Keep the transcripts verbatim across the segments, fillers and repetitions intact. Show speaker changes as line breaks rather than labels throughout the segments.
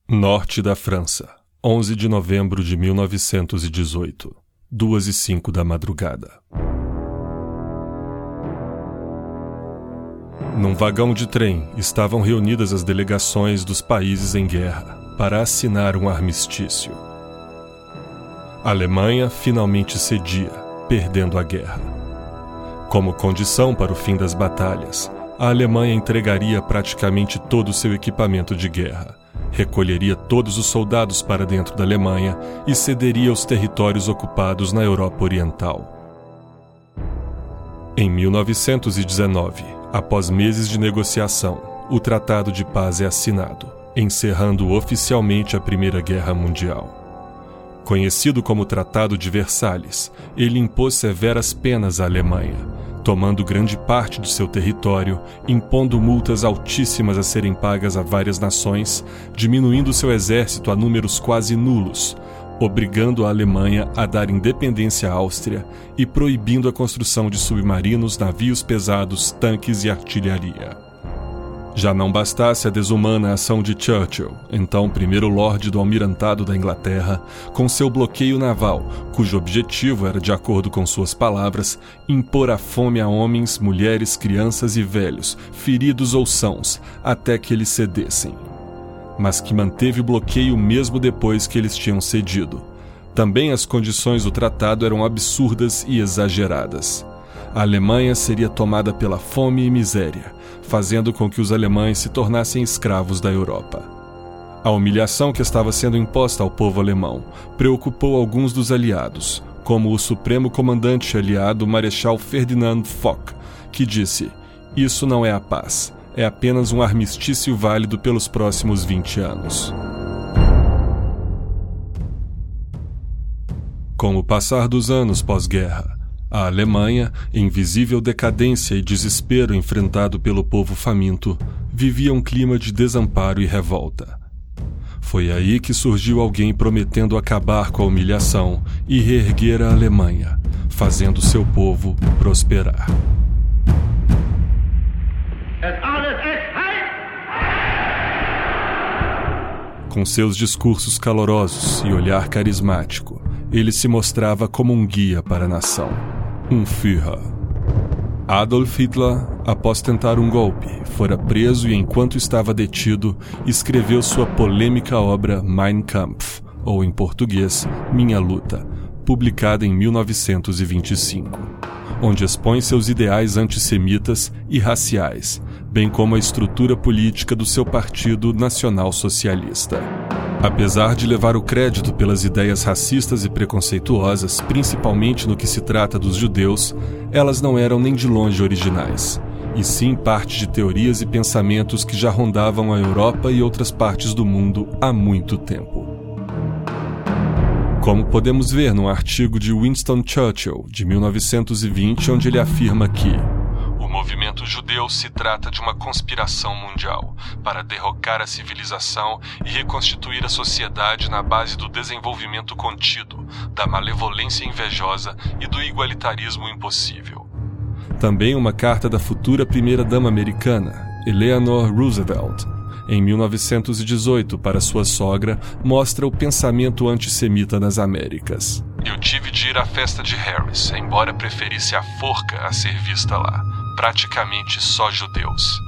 Norte da França, onze de novembro de mil novecentos e dezoito, duas e cinco da madrugada. Num vagão de trem estavam reunidas as delegações dos países em guerra para assinar um armistício. A Alemanha finalmente cedia, perdendo a guerra. Como condição para o fim das batalhas, a Alemanha entregaria praticamente todo o seu equipamento de guerra, recolheria todos os soldados para dentro da Alemanha e cederia os territórios ocupados na Europa Oriental. Em mil novecentos e dezenove, após meses de negociação, o Tratado de Paz é assinado, encerrando oficialmente a Primeira Guerra Mundial. Conhecido como Tratado de Versalhes, ele impôs severas penas à Alemanha, tomando grande parte do seu território, impondo multas altíssimas a serem pagas a várias nações, diminuindo seu exército a números quase nulos, obrigando a Alemanha a dar independência à Áustria e proibindo a construção de submarinos, navios pesados, tanques e artilharia. Já não bastasse a desumana ação de Churchill, então primeiro-lorde do Almirantado da Inglaterra, com seu bloqueio naval, cujo objetivo era, de acordo com suas palavras, impor a fome a homens, mulheres, crianças e velhos, feridos ou sãos, até que eles cedessem. Mas que manteve o bloqueio mesmo depois que eles tinham cedido. Também as condições do tratado eram absurdas e exageradas. A Alemanha seria tomada pela fome e miséria, fazendo com que os alemães se tornassem escravos da Europa. A humilhação que estava sendo imposta ao povo alemão preocupou alguns dos aliados, como o supremo comandante aliado Marechal Ferdinand Foch, que disse: "Isso não é a paz, é apenas um armistício válido pelos próximos vinte anos." Com o passar dos anos pós-guerra, a Alemanha, em visível decadência e desespero enfrentado pelo povo faminto, vivia um clima de desamparo e revolta. Foi aí que surgiu alguém prometendo acabar com a humilhação e reerguer a Alemanha, fazendo seu povo prosperar. Com seus discursos calorosos e olhar carismático, ele se mostrava como um guia para a nação. Um Führer. Adolf Hitler, após tentar um golpe, fora preso e, enquanto estava detido, escreveu sua polêmica obra Mein Kampf, ou em português, Minha Luta, publicada em mil novecentos e vinte e cinco, onde expõe seus ideais antissemitas e raciais, bem como a estrutura política do seu partido nacional-socialista. Apesar de levar o crédito pelas ideias racistas e preconceituosas, principalmente no que se trata dos judeus, elas não eram nem de longe originais, e sim parte de teorias e pensamentos que já rondavam a Europa e outras partes do mundo há muito tempo. Como podemos ver num artigo de Winston Churchill, de mil novecentos e vinte, onde ele afirma que o movimento judeu se trata de uma conspiração mundial para derrocar a civilização e reconstituir a sociedade na base do desenvolvimento contido, da malevolência invejosa e do igualitarismo impossível. Também uma carta da futura primeira-dama americana, Eleanor Roosevelt, em mil novecentos e dezoito, para sua sogra, mostra o pensamento antissemita nas Américas. Eu tive de ir à festa de Harris, embora preferisse a forca a ser vista lá. Praticamente só judeus.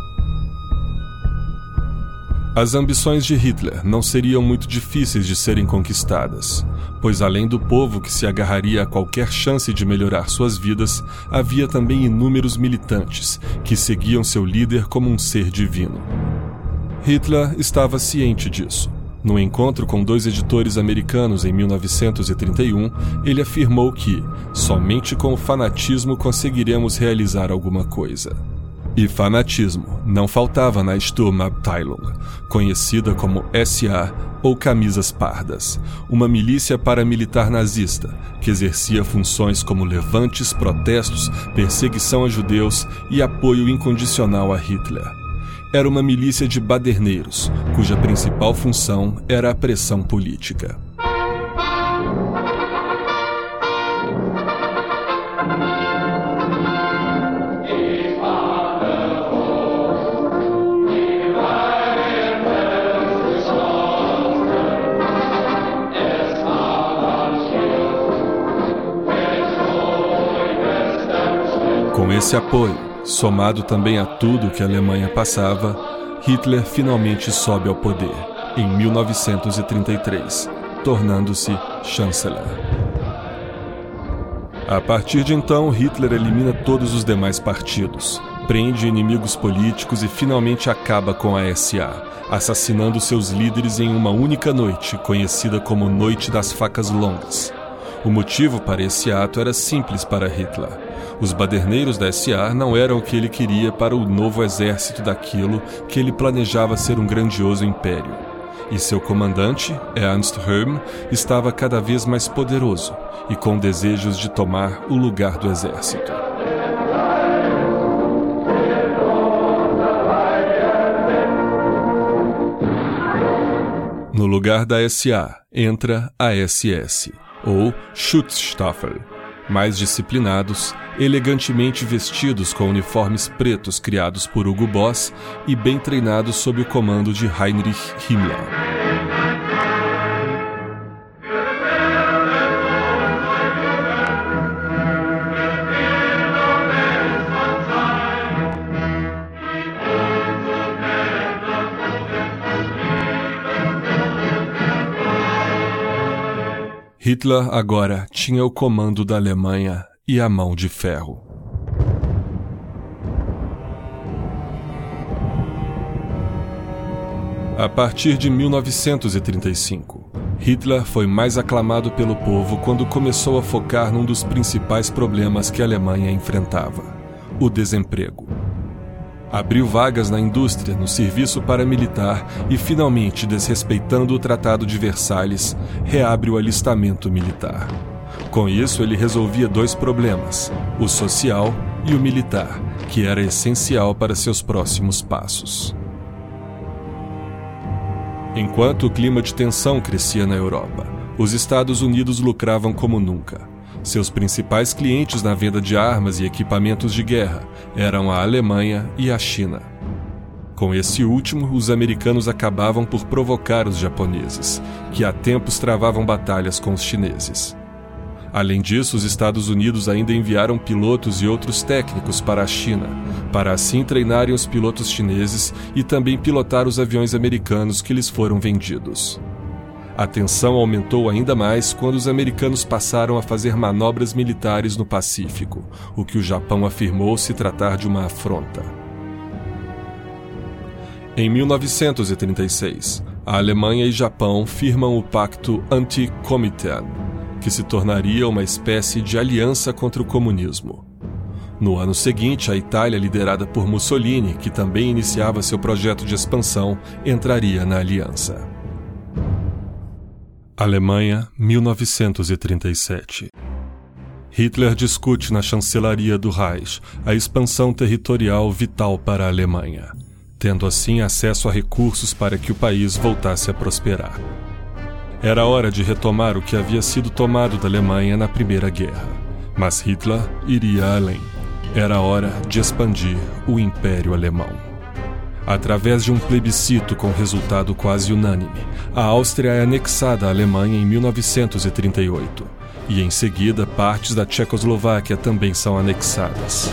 As ambições de Hitler não seriam muito difíceis de serem conquistadas, pois além do povo que se agarraria a qualquer chance de melhorar suas vidas, havia também inúmeros militantes que seguiam seu líder como um ser divino. Hitler estava ciente disso. No encontro com dois editores americanos em mil novecentos e trinta e um, ele afirmou que somente com o fanatismo conseguiremos realizar alguma coisa. E fanatismo não faltava na Sturmabteilung, conhecida como S A ou Camisas Pardas, uma milícia paramilitar nazista que exercia funções como levantes, protestos, perseguição a judeus e apoio incondicional a Hitler. Era uma milícia de baderneiros, cuja principal função era a pressão política. esse apoio, somado também a tudo que a Alemanha passava, Hitler finalmente sobe ao poder, em mil novecentos e trinta e três, tornando-se chanceler. A partir de então, Hitler elimina todos os demais partidos, prende inimigos políticos e finalmente acaba com a S A, assassinando seus líderes em uma única noite, conhecida como Noite das Facas Longas. O motivo para esse ato era simples para Hitler. Os baderneiros da S A não eram o que ele queria para o novo exército daquilo que ele planejava ser um grandioso império. E seu comandante, Ernst Röhm, estava cada vez mais poderoso e com desejos de tomar o lugar do exército. No lugar da S A, entra a S S, ou Schutzstaffel, mais disciplinados, elegantemente vestidos com uniformes pretos criados por Hugo Boss e bem treinados sob o comando de Heinrich Himmler. Hitler agora tinha o comando da Alemanha e a mão de ferro. A partir de mil novecentos e trinta e cinco, Hitler foi mais aclamado pelo povo quando começou a focar num dos principais problemas que a Alemanha enfrentava: o desemprego. Abriu vagas na indústria, no serviço paramilitar e, finalmente, desrespeitando o Tratado de Versalhes, reabre o alistamento militar. Com isso, ele resolvia dois problemas, o social e o militar, que era essencial para seus próximos passos. Enquanto o clima de tensão crescia na Europa, os Estados Unidos lucravam como nunca. Seus principais clientes na venda de armas e equipamentos de guerra eram a Alemanha e a China. Com esse último, os americanos acabavam por provocar os japoneses, que há tempos travavam batalhas com os chineses. Além disso, os Estados Unidos ainda enviaram pilotos e outros técnicos para a China, para assim treinarem os pilotos chineses e também pilotar os aviões americanos que lhes foram vendidos. A tensão aumentou ainda mais quando os americanos passaram a fazer manobras militares no Pacífico, o que o Japão afirmou se tratar de uma afronta. Em mil novecentos e trinta e seis, a Alemanha e Japão firmam o Pacto Anti-Comintern, que se tornaria uma espécie de aliança contra o comunismo. No ano seguinte, a Itália, liderada por Mussolini, que também iniciava seu projeto de expansão, entraria na aliança. Alemanha, mil novecentos e trinta e sete. Hitler discute na chancelaria do Reich a expansão territorial vital para a Alemanha, tendo assim acesso a recursos para que o país voltasse a prosperar. Era hora de retomar o que havia sido tomado da Alemanha na Primeira Guerra, mas Hitler iria além. Era hora de expandir o Império Alemão. Através de um plebiscito com resultado quase unânime, a Áustria é anexada à Alemanha em mil novecentos e trinta e oito, e em seguida partes da Tchecoslováquia também são anexadas.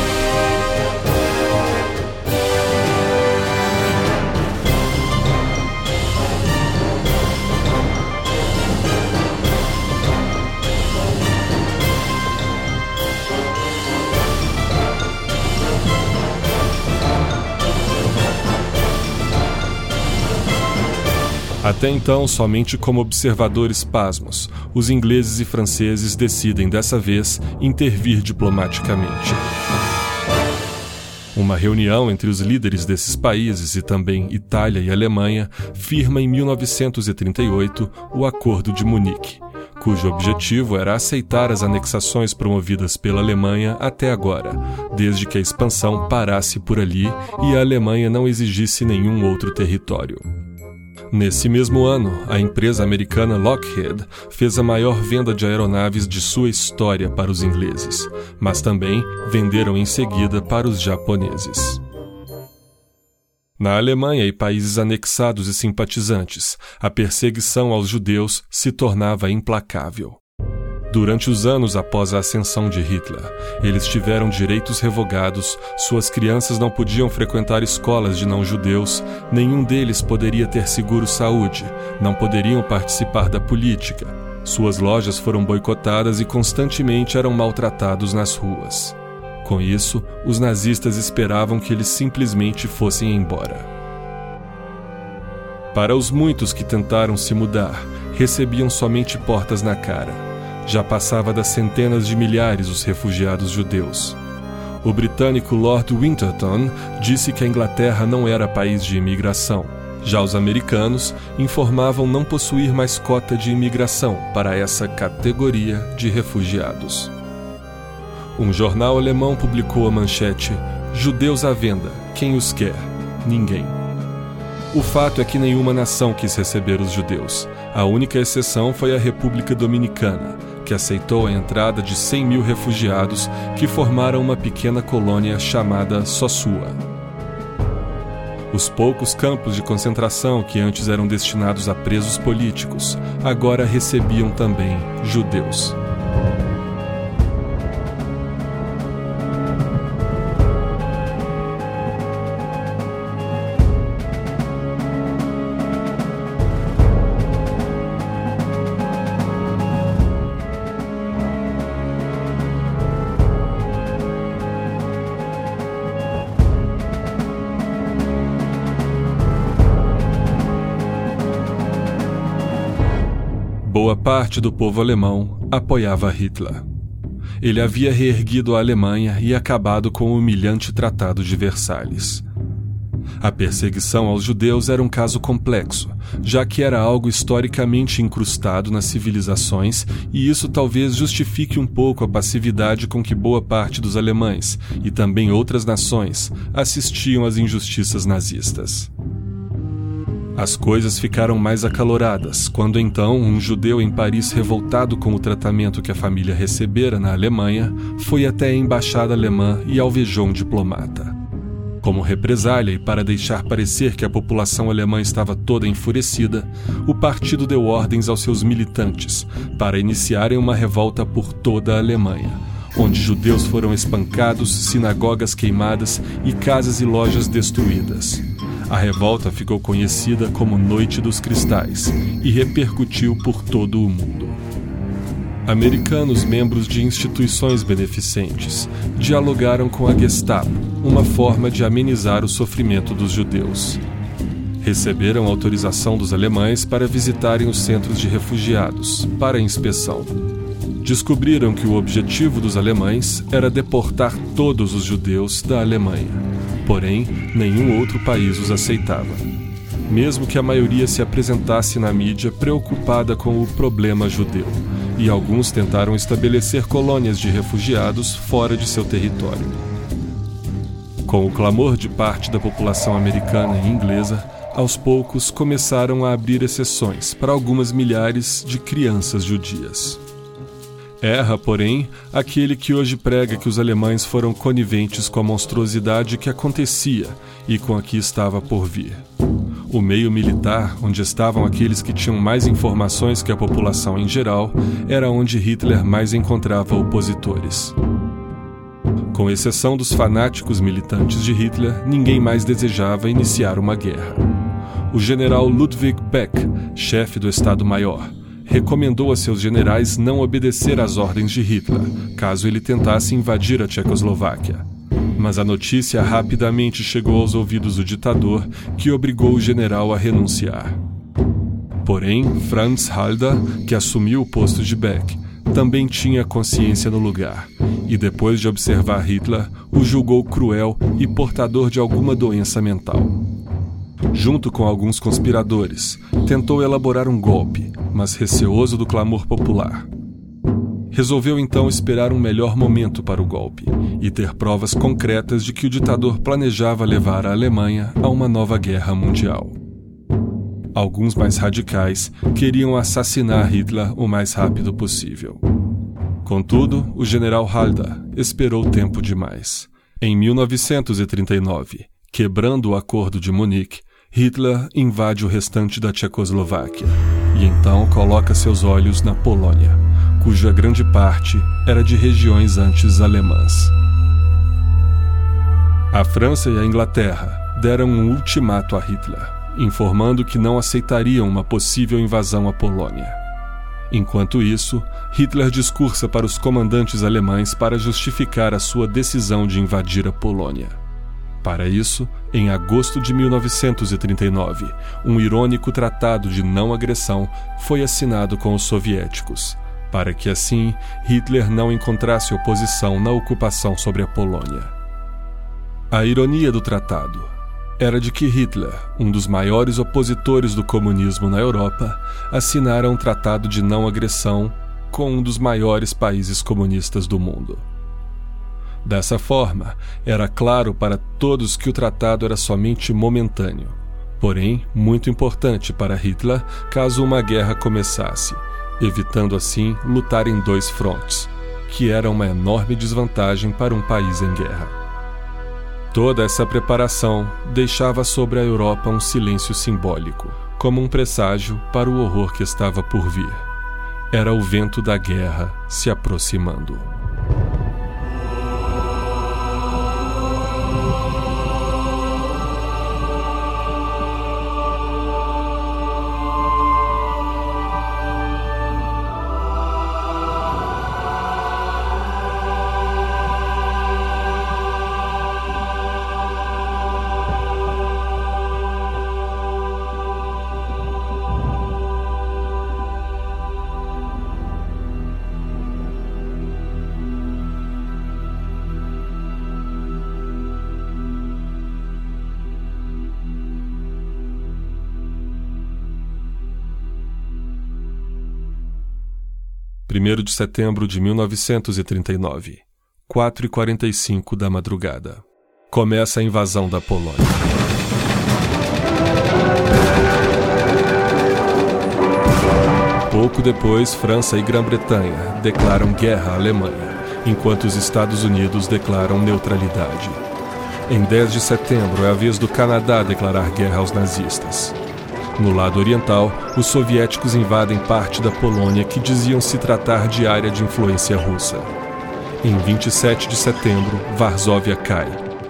Até então, somente como observadores pasmos, os ingleses e franceses decidem, dessa vez, intervir diplomaticamente. Uma reunião entre os líderes desses países e também Itália e Alemanha firma em mil novecentos e trinta e oito o Acordo de Munique, cujo objetivo era aceitar as anexações promovidas pela Alemanha até agora, desde que a expansão parasse por ali e a Alemanha não exigisse nenhum outro território. Nesse mesmo ano, a empresa americana Lockheed fez a maior venda de aeronaves de sua história para os ingleses, mas também venderam em seguida para os japoneses. Na Alemanha e países anexados e simpatizantes, a perseguição aos judeus se tornava implacável. Durante os anos após a ascensão de Hitler, eles tiveram direitos revogados, suas crianças não podiam frequentar escolas de não-judeus, nenhum deles poderia ter seguro-saúde, não poderiam participar da política, suas lojas foram boicotadas e constantemente eram maltratados nas ruas. Com isso, os nazistas esperavam que eles simplesmente fossem embora. Para os muitos que tentaram se mudar, recebiam somente portas na cara. Já passava das centenas de milhares os refugiados judeus. O britânico Lord Winterton disse que a Inglaterra não era país de imigração. Já os americanos informavam não possuir mais cota de imigração para essa categoria de refugiados. Um jornal alemão publicou a manchete: "Judeus à venda, quem os quer? Ninguém." O fato é que nenhuma nação quis receber os judeus. A única exceção foi a República Dominicana, que aceitou a entrada de cem mil refugiados que formaram uma pequena colônia chamada Sosúa. Os poucos campos de concentração que antes eram destinados a presos políticos, agora recebiam também judeus. Boa parte do povo alemão apoiava Hitler. Ele havia reerguido a Alemanha e acabado com o humilhante Tratado de Versalhes. A perseguição aos judeus era um caso complexo, já que era algo historicamente incrustado nas civilizações, e isso talvez justifique um pouco a passividade com que boa parte dos alemães, e também outras nações, assistiam às injustiças nazistas. As coisas ficaram mais acaloradas quando então um judeu em Paris, revoltado com o tratamento que a família recebera na Alemanha, foi até a embaixada alemã e alvejou um diplomata. Como represália e para deixar parecer que a população alemã estava toda enfurecida, o partido deu ordens aos seus militantes para iniciarem uma revolta por toda a Alemanha, onde judeus foram espancados, sinagogas queimadas e casas e lojas destruídas. A revolta ficou conhecida como Noite dos Cristais e repercutiu por todo o mundo. Americanos membros de instituições beneficentes dialogaram com a Gestapo, uma forma de amenizar o sofrimento dos judeus. Receberam autorização dos alemães para visitarem os centros de refugiados, para inspeção. Descobriram que o objetivo dos alemães era deportar todos os judeus da Alemanha. Porém, nenhum outro país os aceitava, mesmo que a maioria se apresentasse na mídia preocupada com o problema judeu, e alguns tentaram estabelecer colônias de refugiados fora de seu território. Com o clamor de parte da população americana e inglesa, aos poucos começaram a abrir exceções para algumas milhares de crianças judias. Erra, porém, aquele que hoje prega que os alemães foram coniventes com a monstruosidade que acontecia e com a que estava por vir. O meio militar, onde estavam aqueles que tinham mais informações que a população em geral, era onde Hitler mais encontrava opositores. Com exceção dos fanáticos militantes de Hitler, ninguém mais desejava iniciar uma guerra. O general Ludwig Beck, chefe do Estado-Maior, recomendou a seus generais não obedecer às ordens de Hitler, caso ele tentasse invadir a Tchecoslováquia. Mas a notícia rapidamente chegou aos ouvidos do ditador, que obrigou o general a renunciar. Porém, Franz Halder, que assumiu o posto de Beck, também tinha consciência no lugar, e depois de observar Hitler, o julgou cruel e portador de alguma doença mental. Junto com alguns conspiradores, tentou elaborar um golpe, mas receoso do clamor popular. Resolveu então esperar um melhor momento para o golpe e ter provas concretas de que o ditador planejava levar a Alemanha a uma nova guerra mundial. Alguns mais radicais queriam assassinar Hitler o mais rápido possível. Contudo, o general Halder esperou tempo demais. Em mil novecentos e trinta e nove, quebrando o Acordo de Munique, Hitler invade o restante da Tchecoslováquia e então coloca seus olhos na Polônia, cuja grande parte era de regiões antes alemãs. A França e a Inglaterra deram um ultimato a Hitler, informando que não aceitariam uma possível invasão à Polônia. Enquanto isso, Hitler discursa para os comandantes alemães para justificar a sua decisão de invadir a Polônia. Para isso, em agosto de mil novecentos e trinta e nove, um irônico tratado de não agressão foi assinado com os soviéticos, para que assim Hitler não encontrasse oposição na ocupação sobre a Polônia. A ironia do tratado era de que Hitler, um dos maiores opositores do comunismo na Europa, assinara um tratado de não agressão com um dos maiores países comunistas do mundo. Dessa forma, era claro para todos que o tratado era somente momentâneo, porém muito importante para Hitler caso uma guerra começasse, evitando assim lutar em dois frontes, que era uma enorme desvantagem para um país em guerra. Toda essa preparação deixava sobre a Europa um silêncio simbólico, como um presságio para o horror que estava por vir. Era o vento da guerra se aproximando. primeiro de setembro de mil novecentos e trinta e nove, quatro e quarenta e cinco da madrugada. Começa a invasão da Polônia. Pouco depois, França e Grã-Bretanha declaram guerra à Alemanha, enquanto os Estados Unidos declaram neutralidade. Em dez de setembro é a vez do Canadá declarar guerra aos nazistas. No lado oriental, os soviéticos invadem parte da Polônia que diziam se tratar de área de influência russa. Em vinte e sete de setembro, Varsóvia cai.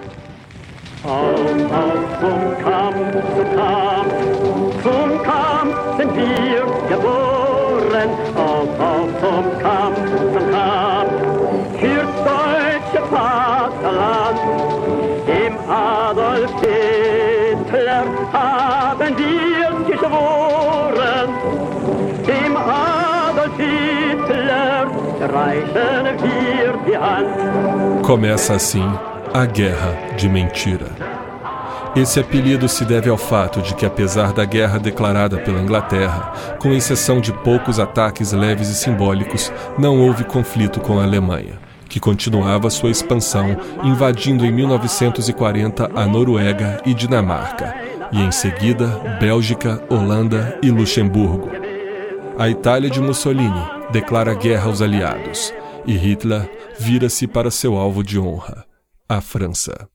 Haben wir geschworen, dem Adolf Hitler reichen wir die Hand.
Começa assim a Guerra de Mentira. Esse apelido se deve ao fato de que, apesar da guerra declarada pela Inglaterra, com exceção de poucos ataques leves e simbólicos, não houve conflito com a Alemanha, que continuava sua expansão, invadindo em mil novecentos e quarenta a Noruega e Dinamarca, e em seguida Bélgica, Holanda e Luxemburgo. A Itália de Mussolini declara guerra aos aliados, e Hitler vira-se para seu alvo de honra, a França.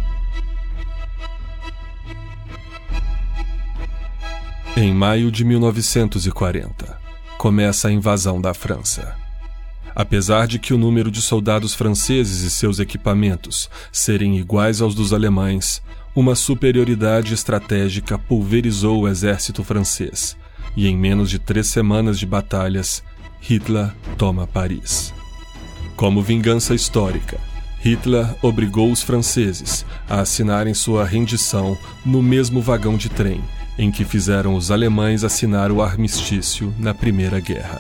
Em maio de mil novecentos e quarenta, começa a invasão da França. Apesar de que o número de soldados franceses e seus equipamentos serem iguais aos dos alemães, uma superioridade estratégica pulverizou o exército francês, e em menos de três semanas de batalhas, Hitler toma Paris. Como vingança histórica, Hitler obrigou os franceses a assinarem sua rendição no mesmo vagão de trem em que fizeram os alemães assinar o armistício na Primeira Guerra.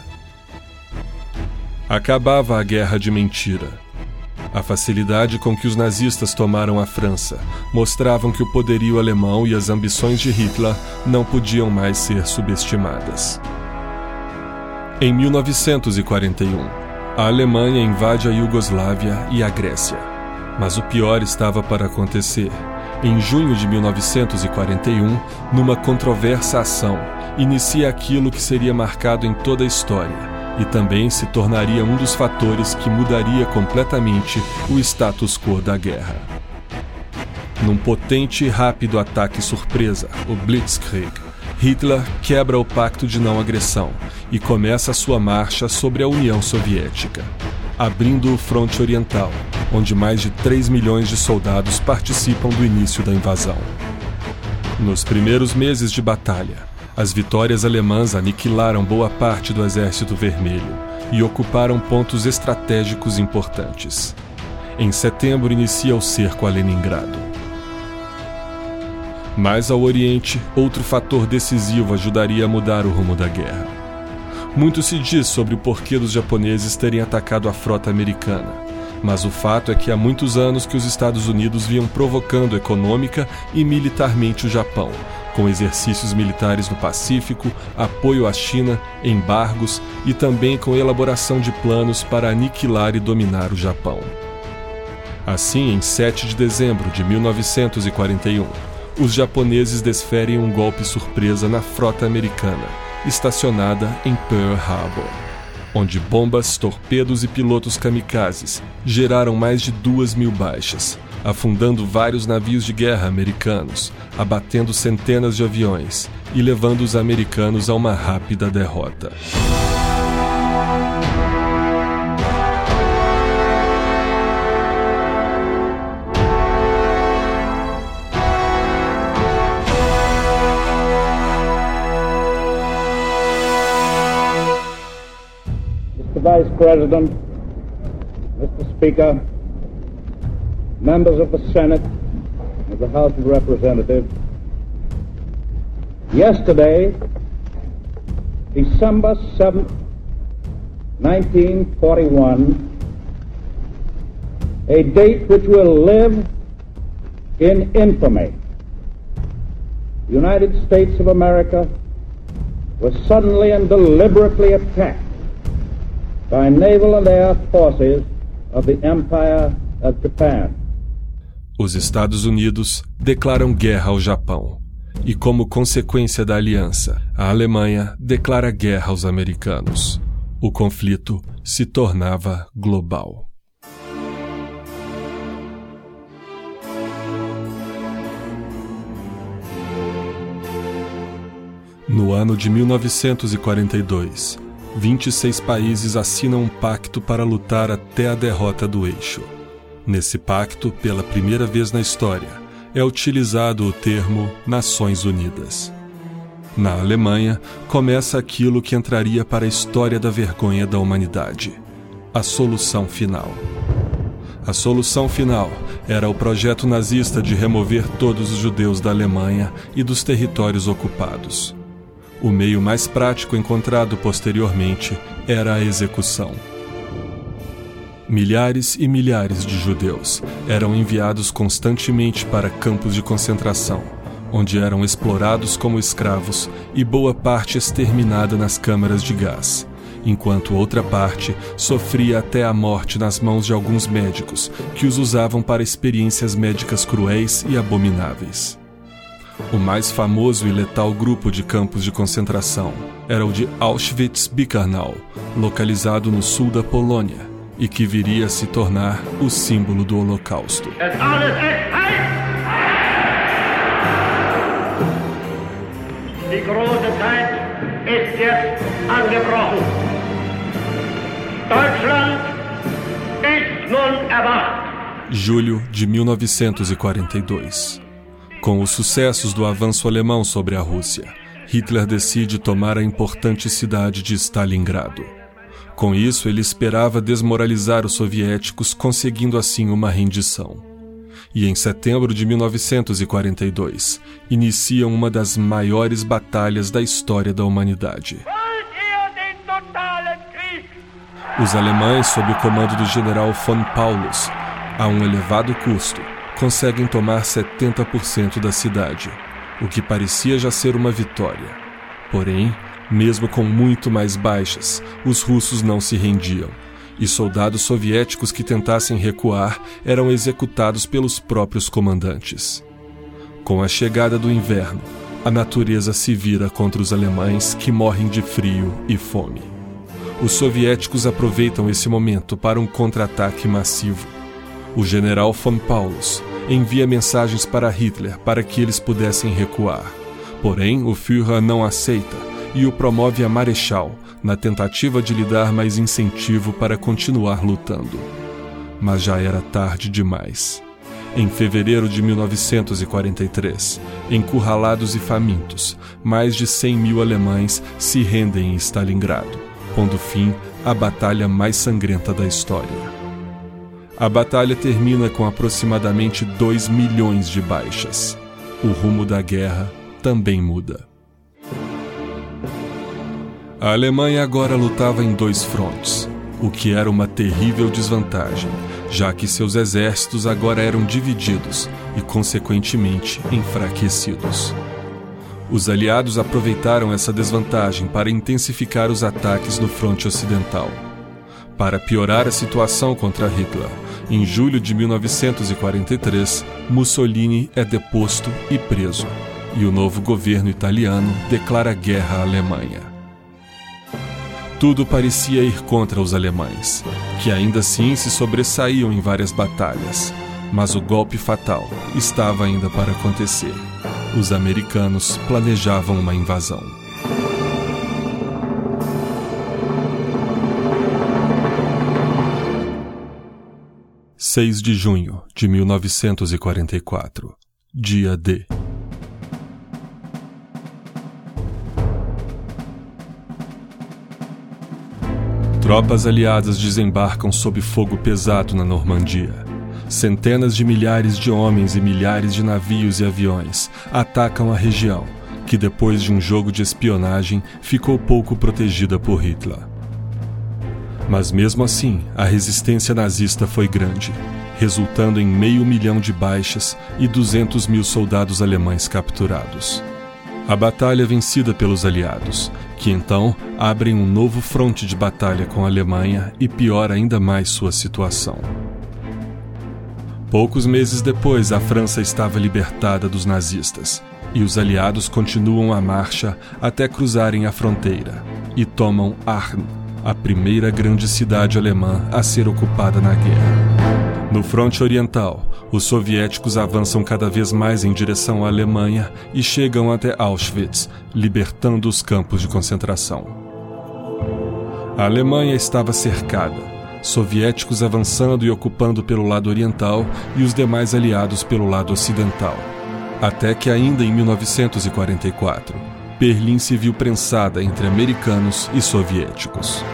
Acabava a Guerra de Mentira. A facilidade com que os nazistas tomaram a França mostravam que o poderio alemão e as ambições de Hitler não podiam mais ser subestimadas. Em mil novecentos e quarenta e um, a Alemanha invade a Iugoslávia e a Grécia. Mas o pior estava para acontecer. Em junho de mil novecentos e quarenta e um, numa controversa ação, inicia aquilo que seria marcado em toda a história e também se tornaria um dos fatores que mudaria completamente o status quo da guerra. Num potente e rápido ataque surpresa, o Blitzkrieg, Hitler quebra o pacto de não agressão e começa a sua marcha sobre a União Soviética, abrindo o fronte oriental, onde mais de três milhões de soldados participam do início da invasão. Nos primeiros meses de batalha, as vitórias alemãs aniquilaram boa parte do Exército Vermelho e ocuparam pontos estratégicos importantes. Em setembro inicia o cerco a Leningrado. Mais ao oriente, outro fator decisivo ajudaria a mudar o rumo da guerra. Muito se diz sobre o porquê dos japoneses terem atacado a frota americana, mas o fato é que há muitos anos que os Estados Unidos vinham provocando econômica e militarmente o Japão, com exercícios militares no Pacífico, apoio à China, embargos e também com elaboração de planos para aniquilar e dominar o Japão. Assim, em sete de dezembro de mil novecentos e quarenta e um, os japoneses desferem um golpe surpresa na frota americana, estacionada em Pearl Harbor, onde bombas, torpedos e pilotos kamikazes geraram mais de duas mil baixas, afundando vários navios de guerra americanos, abatendo centenas de aviões e levando os americanos a uma rápida derrota.
Vice President, Mister Speaker, members of the Senate, of the House of Representatives, yesterday, December seventh, nineteen forty-one, a date which will live in infamy, the United States of America was suddenly and deliberately attacked by naval and air forces of the Empire of Japan.
Os Estados Unidos declaram guerra ao Japão e, como consequência da aliança, a Alemanha declara guerra aos americanos. O conflito se tornava global. No ano de mil novecentos e quarenta e dois, vinte e seis países assinam um pacto para lutar até a derrota do eixo. Nesse pacto, pela primeira vez na história, é utilizado o termo Nações Unidas. Na Alemanha, começa aquilo que entraria para a história da vergonha da humanidade: a solução final. A solução final era o projeto nazista de remover todos os judeus da Alemanha e dos territórios ocupados. O meio mais prático encontrado posteriormente era a execução. Milhares e milhares de judeus eram enviados constantemente para campos de concentração, onde eram explorados como escravos e boa parte exterminada nas câmaras de gás, enquanto outra parte sofria até a morte nas mãos de alguns médicos que os usavam para experiências médicas cruéis e abomináveis. O mais famoso e letal grupo de campos de concentração era o de Auschwitz-Birkenau, localizado no sul da Polônia, e que viria a se tornar o símbolo do Holocausto.
Die große Zeit ist jetzt angebrochen. Deutschland ist nun erwacht.
Julho de mil novecentos e quarenta e dois. Com os sucessos do avanço alemão sobre a Rússia, Hitler decide tomar a importante cidade de Stalingrado. Com isso, ele esperava desmoralizar os soviéticos, conseguindo assim uma rendição. E em setembro de mil novecentos e quarenta e dois, iniciam uma das maiores batalhas da história da humanidade. Os alemães, sob o comando do general von Paulus, a um elevado custo, conseguem tomar setenta por cento da cidade, o que parecia já ser uma vitória. Porém, mesmo com muito mais baixas, os russos não se rendiam, e soldados soviéticos que tentassem recuar eram executados pelos próprios comandantes. Com a chegada do inverno, a natureza se vira contra os alemães, que morrem de frio e fome. Os soviéticos aproveitam esse momento para um contra-ataque massivo. O general von Paulus envia mensagens para Hitler para que eles pudessem recuar, Porém, o Führer não aceita e o promove a marechal, na tentativa de lhe dar mais incentivo para continuar lutando. Mas já era tarde demais. Em fevereiro de mil novecentos e quarenta e três, encurralados e famintos, mais de cem mil alemães se rendem em Stalingrado, pondo fim à batalha mais sangrenta da história. A batalha termina com aproximadamente dois milhões de baixas. O rumo da guerra também muda. A Alemanha agora lutava em dois frontes, o que era uma terrível desvantagem, já que seus exércitos agora eram divididos e, consequentemente, enfraquecidos. Os aliados aproveitaram essa desvantagem para intensificar os ataques no fronte ocidental. Para piorar a situação contra Hitler, em julho de mil novecentos e quarenta e três, Mussolini é deposto e preso, e o novo governo italiano declara guerra à Alemanha. Tudo parecia ir contra os alemães, que ainda assim se sobressaíam em várias batalhas, mas o golpe fatal estava ainda para acontecer. Os americanos planejavam uma invasão. seis de junho de mil novecentos e quarenta e quatro, dia D. Tropas aliadas desembarcam sob fogo pesado na Normandia. Centenas de milhares de homens e milhares de navios e aviões atacam a região, que depois de um jogo de espionagem ficou pouco protegida por Hitler. Mas mesmo assim, a resistência nazista foi grande, resultando em meio milhão de baixas e duzentos mil soldados alemães capturados. A batalha é vencida pelos aliados, que então abrem um novo fronte de batalha com a Alemanha e piora ainda mais sua situação. Poucos meses depois, a França estava libertada dos nazistas, e os aliados continuam a marcha até cruzarem a fronteira, e tomam Aachen, a primeira grande cidade alemã a ser ocupada na guerra. No fronte oriental, os soviéticos avançam cada vez mais em direção à Alemanha e chegam até Auschwitz, libertando os campos de concentração. A Alemanha estava cercada, soviéticos avançando e ocupando pelo lado oriental e os demais aliados pelo lado ocidental. Até que ainda em mil novecentos e quarenta e quatro, Berlim se viu prensada entre americanos e soviéticos.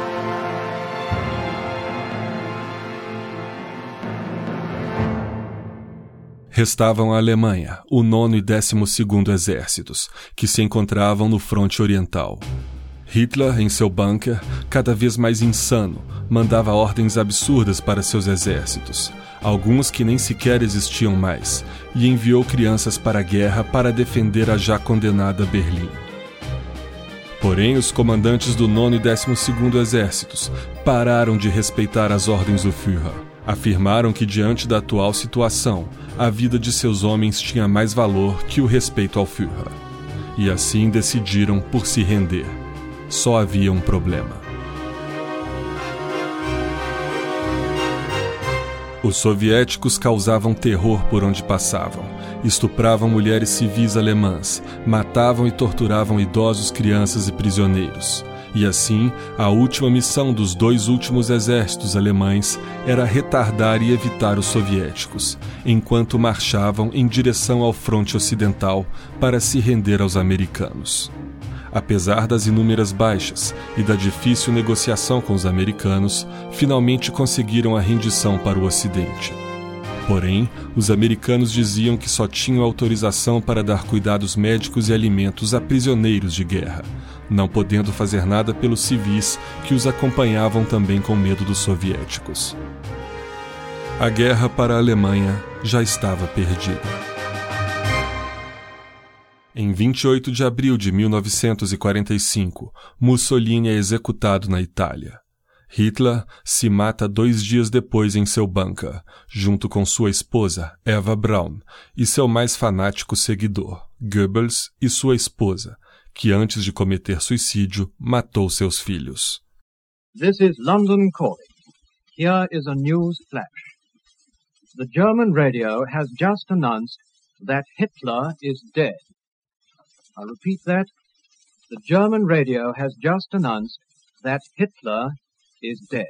Restavam a Alemanha, o nono e décimo segundo exércitos, que se encontravam no fronte oriental. Hitler, em seu bunker, cada vez mais insano, mandava ordens absurdas para seus exércitos, alguns que nem sequer existiam mais, e enviou crianças para a guerra para defender a já condenada Berlim. Porém, os comandantes do nono e décimo segundo exércitos pararam de respeitar as ordens do Führer. Afirmaram que, diante da atual situação, a vida de seus homens tinha mais valor que o respeito ao Führer. E assim decidiram por se render. Só havia um problema. Os soviéticos causavam terror por onde passavam, estupravam mulheres civis alemãs, matavam e torturavam idosos, crianças e prisioneiros. E assim, a última missão dos dois últimos exércitos alemães era retardar e evitar os soviéticos, enquanto marchavam em direção ao fronte ocidental para se render aos americanos. Apesar das inúmeras baixas e da difícil negociação com os americanos, finalmente conseguiram a rendição para o Ocidente. Porém, os americanos diziam que só tinham autorização para dar cuidados médicos e alimentos a prisioneiros de guerra, não podendo fazer nada pelos civis que os acompanhavam também com medo dos soviéticos. A guerra para a Alemanha já estava perdida. Em vinte e oito de abril de mil novecentos e quarenta e cinco, Mussolini é executado na Itália. Hitler se mata dois dias depois em seu bunker, junto com sua esposa, Eva Braun, e seu mais fanático seguidor, Goebbels, e sua esposa, que antes de cometer suicídio, matou seus filhos.
This is London calling. Here is a news flash. The German radio has just announced that Hitler is dead. I repeat that. The German radio has just announced that Hitler is dead.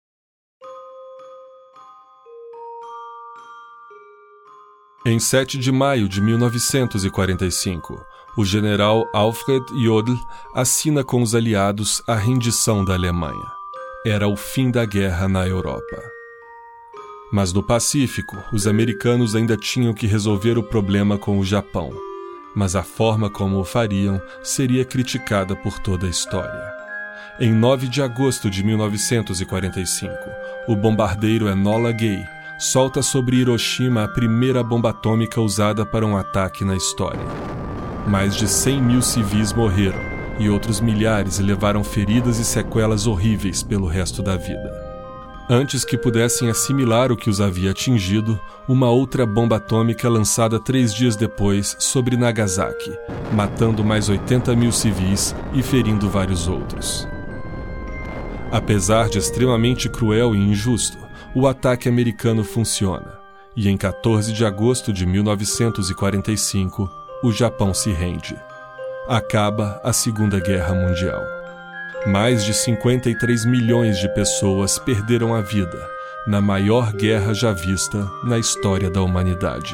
Em sete de maio de mil novecentos e quarenta e cinco, o general Alfred Jodl assina com os aliados a rendição da Alemanha. Era o fim da guerra na Europa. Mas no Pacífico, os americanos ainda tinham que resolver o problema com o Japão. Mas a forma como o fariam seria criticada por toda a história. Em nove de agosto de mil novecentos e quarenta e cinco, o bombardeiro Enola Gay solta sobre Hiroshima a primeira bomba atômica usada para um ataque na história. Mais de cem mil civis morreram e outros milhares levaram feridas e sequelas horríveis pelo resto da vida. Antes que pudessem assimilar o que os havia atingido, uma outra bomba atômica lançada três dias depois sobre Nagasaki, matando mais oitenta mil civis e ferindo vários outros. Apesar de extremamente cruel e injusto, o ataque americano funciona, e em quatorze de agosto de mil novecentos e quarenta e cinco, o Japão se rende. Acaba a Segunda Guerra Mundial. Mais de cinquenta e três milhões de pessoas perderam a vida na maior guerra já vista na história da humanidade.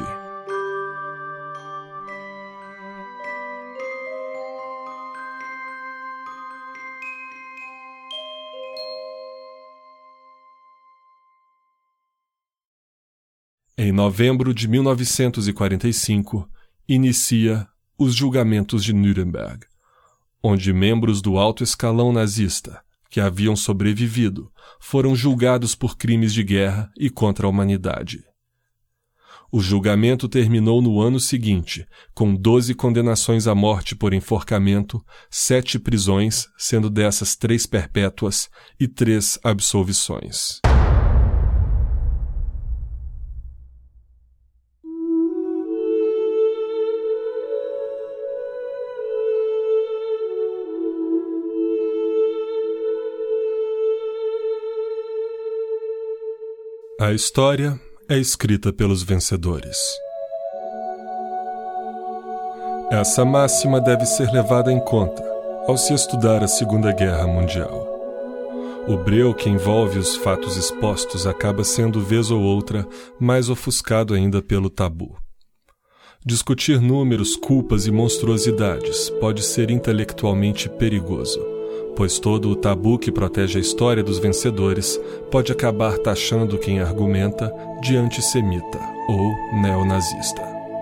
Em novembro de mil novecentos e quarenta e cinco, inicia os julgamentos de Nuremberg, onde membros do alto escalão nazista, que haviam sobrevivido, foram julgados por crimes de guerra e contra a humanidade. O julgamento terminou no ano seguinte, com doze condenações à morte por enforcamento, sete prisões, sendo dessas três perpétuas, e três absolvições. A história é escrita pelos vencedores. Essa máxima deve ser levada em conta ao se estudar a Segunda Guerra Mundial. O breu que envolve os fatos expostos acaba sendo, vez ou outra, mais ofuscado ainda pelo tabu. Discutir números, culpas e monstruosidades pode ser intelectualmente perigoso, pois todo o tabu que protege a história dos vencedores pode acabar taxando quem argumenta de antissemita ou neonazista.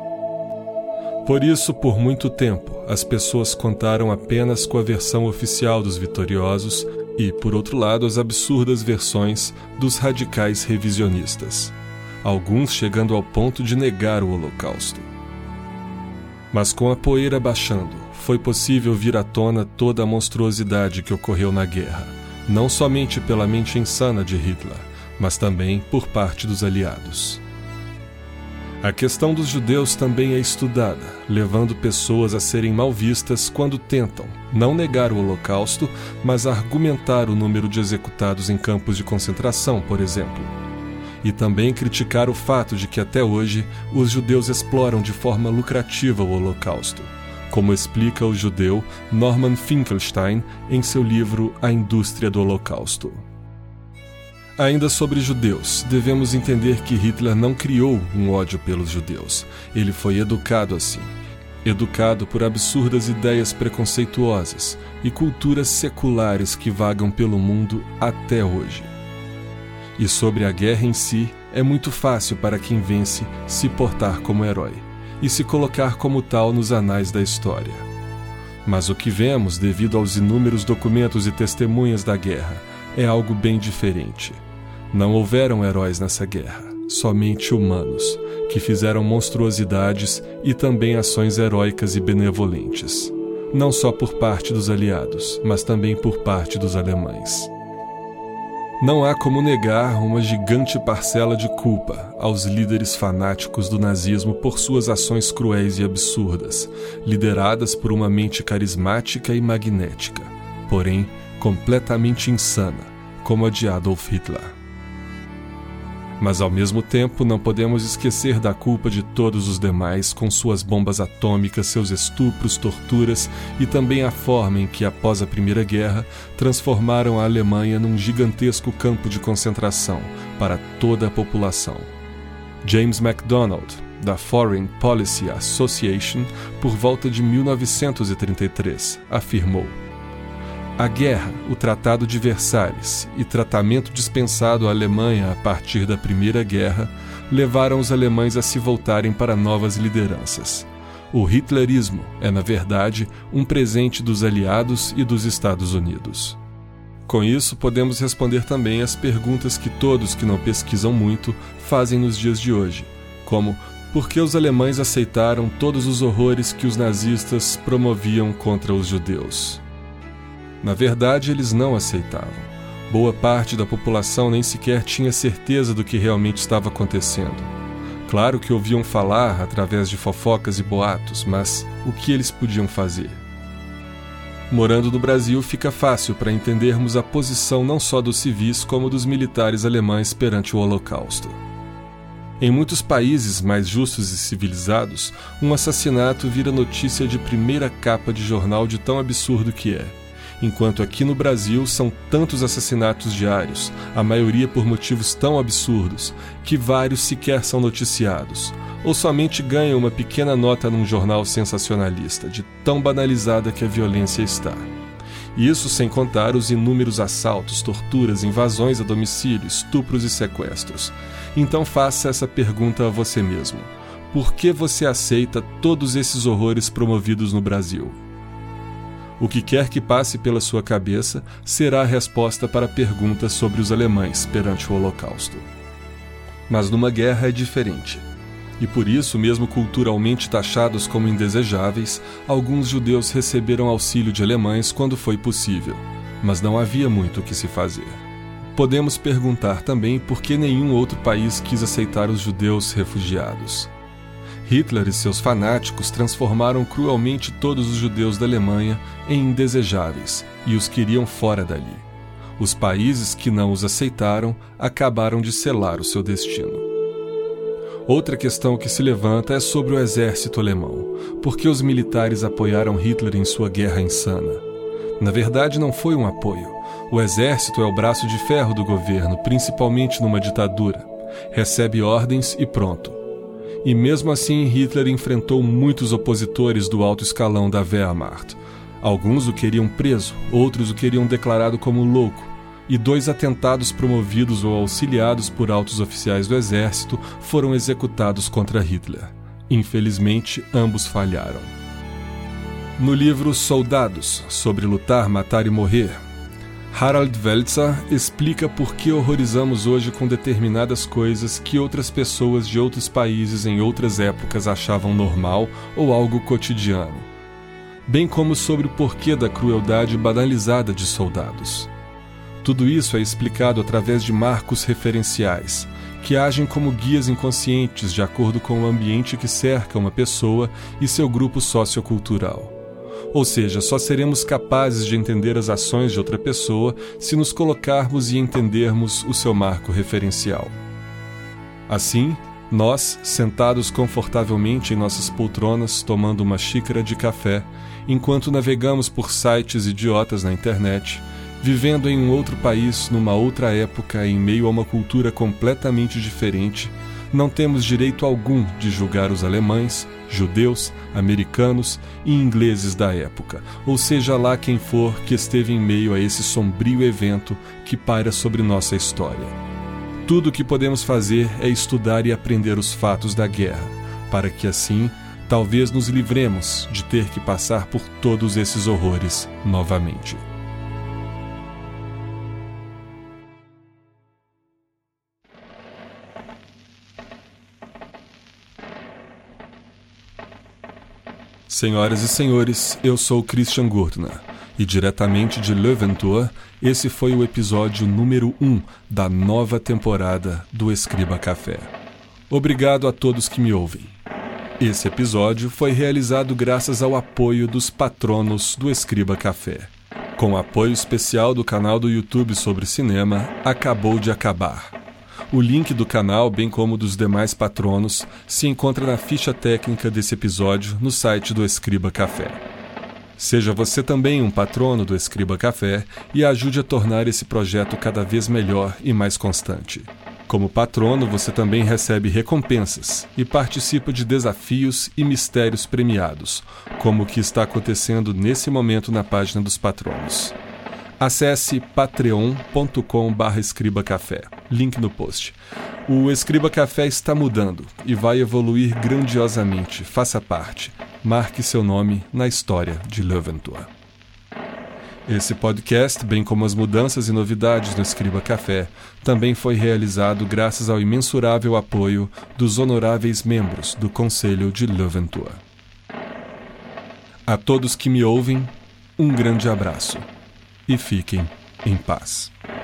Por isso, por muito tempo, as pessoas contaram apenas com a versão oficial dos vitoriosos e, por outro lado, as absurdas versões dos radicais revisionistas, alguns chegando ao ponto de negar o Holocausto. Mas com a poeira baixando, foi possível vir à tona toda a monstruosidade que ocorreu na guerra, não somente pela mente insana de Hitler, mas também por parte dos aliados. A questão dos judeus também é estudada, levando pessoas a serem mal vistas quando tentam não negar o Holocausto, mas argumentar o número de executados em campos de concentração, por exemplo. E também criticar o fato de que até hoje os judeus exploram de forma lucrativa o Holocausto, como explica o judeu Norman Finkelstein em seu livro A Indústria do Holocausto. Ainda sobre judeus, devemos entender que Hitler não criou um ódio pelos judeus. Ele foi educado assim, educado por absurdas ideias preconceituosas e culturas seculares que vagam pelo mundo até hoje. E sobre a guerra em si, é muito fácil para quem vence se portar como herói e se colocar como tal nos anais da história. Mas o que vemos, devido aos inúmeros documentos e testemunhas da guerra, é algo bem diferente. Não houveram heróis nessa guerra, somente humanos, que fizeram monstruosidades e também ações heróicas e benevolentes, não só por parte dos aliados, mas também por parte dos alemães. Não há como negar uma gigante parcela de culpa aos líderes fanáticos do nazismo por suas ações cruéis e absurdas, lideradas por uma mente carismática e magnética, porém completamente insana, como a de Adolf Hitler. Mas ao mesmo tempo não podemos esquecer da culpa de todos os demais, com suas bombas atômicas, seus estupros, torturas e também a forma em que, após a Primeira Guerra, transformaram a Alemanha num gigantesco campo de concentração para toda a população. James MacDonald, da Foreign Policy Association, por volta de mil novecentos e trinta e três, afirmou: a guerra, o Tratado de Versalhes e tratamento dispensado à Alemanha a partir da Primeira Guerra levaram os alemães a se voltarem para novas lideranças. O hitlerismo é, na verdade, um presente dos aliados e dos Estados Unidos. Com isso, podemos responder também às perguntas que todos que não pesquisam muito fazem nos dias de hoje, como: por que os alemães aceitaram todos os horrores que os nazistas promoviam contra os judeus? Na verdade, eles não aceitavam. Boa parte da população nem sequer tinha certeza do que realmente estava acontecendo. Claro que ouviam falar através de fofocas e boatos, mas o que eles podiam fazer? Morando no Brasil, fica fácil para entendermos a posição não só dos civis como dos militares alemães perante o Holocausto. Em muitos países mais justos e civilizados, um assassinato vira notícia de primeira capa de jornal de tão absurdo que é. Enquanto aqui no Brasil são tantos assassinatos diários, a maioria por motivos tão absurdos, que vários sequer são noticiados, ou somente ganham uma pequena nota num jornal sensacionalista, de tão banalizada que a violência está. Isso sem contar os inúmeros assaltos, torturas, invasões a domicílio, estupros e sequestros. Então faça essa pergunta a você mesmo: por que você aceita todos esses horrores promovidos no Brasil? O que quer que passe pela sua cabeça será a resposta para a pergunta sobre os alemães perante o Holocausto. Mas numa guerra é diferente. E por isso, mesmo culturalmente taxados como indesejáveis, alguns judeus receberam auxílio de alemães quando foi possível, mas não havia muito o que se fazer. Podemos perguntar também por que nenhum outro país quis aceitar os judeus refugiados. Hitler e seus fanáticos transformaram cruelmente todos os judeus da Alemanha em indesejáveis e os queriam fora dali. Os países que não os aceitaram acabaram de selar o seu destino. Outra questão que se levanta é sobre o exército alemão. Por que os militares apoiaram Hitler em sua guerra insana? Na verdade, não foi um apoio. O exército é o braço de ferro do governo, principalmente numa ditadura. Recebe ordens e pronto. E mesmo assim, Hitler enfrentou muitos opositores do alto escalão da Wehrmacht. Alguns o queriam preso, outros o queriam declarado como louco, e dois atentados promovidos ou auxiliados por altos oficiais do exército foram executados contra Hitler. Infelizmente, ambos falharam. No livro Soldados, sobre lutar, matar e morrer, Harald Welzer explica por que horrorizamos hoje com determinadas coisas que outras pessoas de outros países em outras épocas achavam normal ou algo cotidiano, bem como sobre o porquê da crueldade banalizada de soldados. Tudo isso é explicado através de marcos referenciais, que agem como guias inconscientes de acordo com o ambiente que cerca uma pessoa e seu grupo sociocultural. Ou seja, só seremos capazes de entender as ações de outra pessoa se nos colocarmos e entendermos o seu marco referencial. Assim, nós, sentados confortavelmente em nossas poltronas, tomando uma xícara de café, enquanto navegamos por sites idiotas na internet, vivendo em um outro país, numa outra época, em meio a uma cultura completamente diferente, não temos direito algum de julgar os alemães, judeus, americanos e ingleses da época, ou seja lá quem for que esteve em meio a esse sombrio evento que paira sobre nossa história. Tudo o que podemos fazer é estudar e aprender os fatos da guerra, para que assim, talvez nos livremos de ter que passar por todos esses horrores novamente. Senhoras e senhores, eu sou Christian Gurtner e diretamente de Löwentor, esse foi o episódio número um da nova temporada do Escriba Café. Obrigado a todos que me ouvem. Esse episódio foi realizado graças ao apoio dos patronos do Escriba Café. Com apoio especial do canal do YouTube sobre cinema, Acabou de Acabar. O link do canal, bem como dos demais patronos, se encontra na ficha técnica desse episódio no site do Escriba Café. Seja você também um patrono do Escriba Café e ajude a tornar esse projeto cada vez melhor e mais constante. Como patrono, você também recebe recompensas e participa de desafios e mistérios premiados, como o que está acontecendo nesse momento na página dos patronos. Acesse patreon ponto com barra escriba café, link no post. O Escriba Café está mudando e vai evoluir grandiosamente. Faça parte. Marque seu nome na história de Löwentor. Esse podcast, bem como as mudanças e novidades no Escriba Café, também foi realizado graças ao imensurável apoio dos honoráveis membros do Conselho de Löwentor. A todos que me ouvem, um grande abraço e fiquem em paz.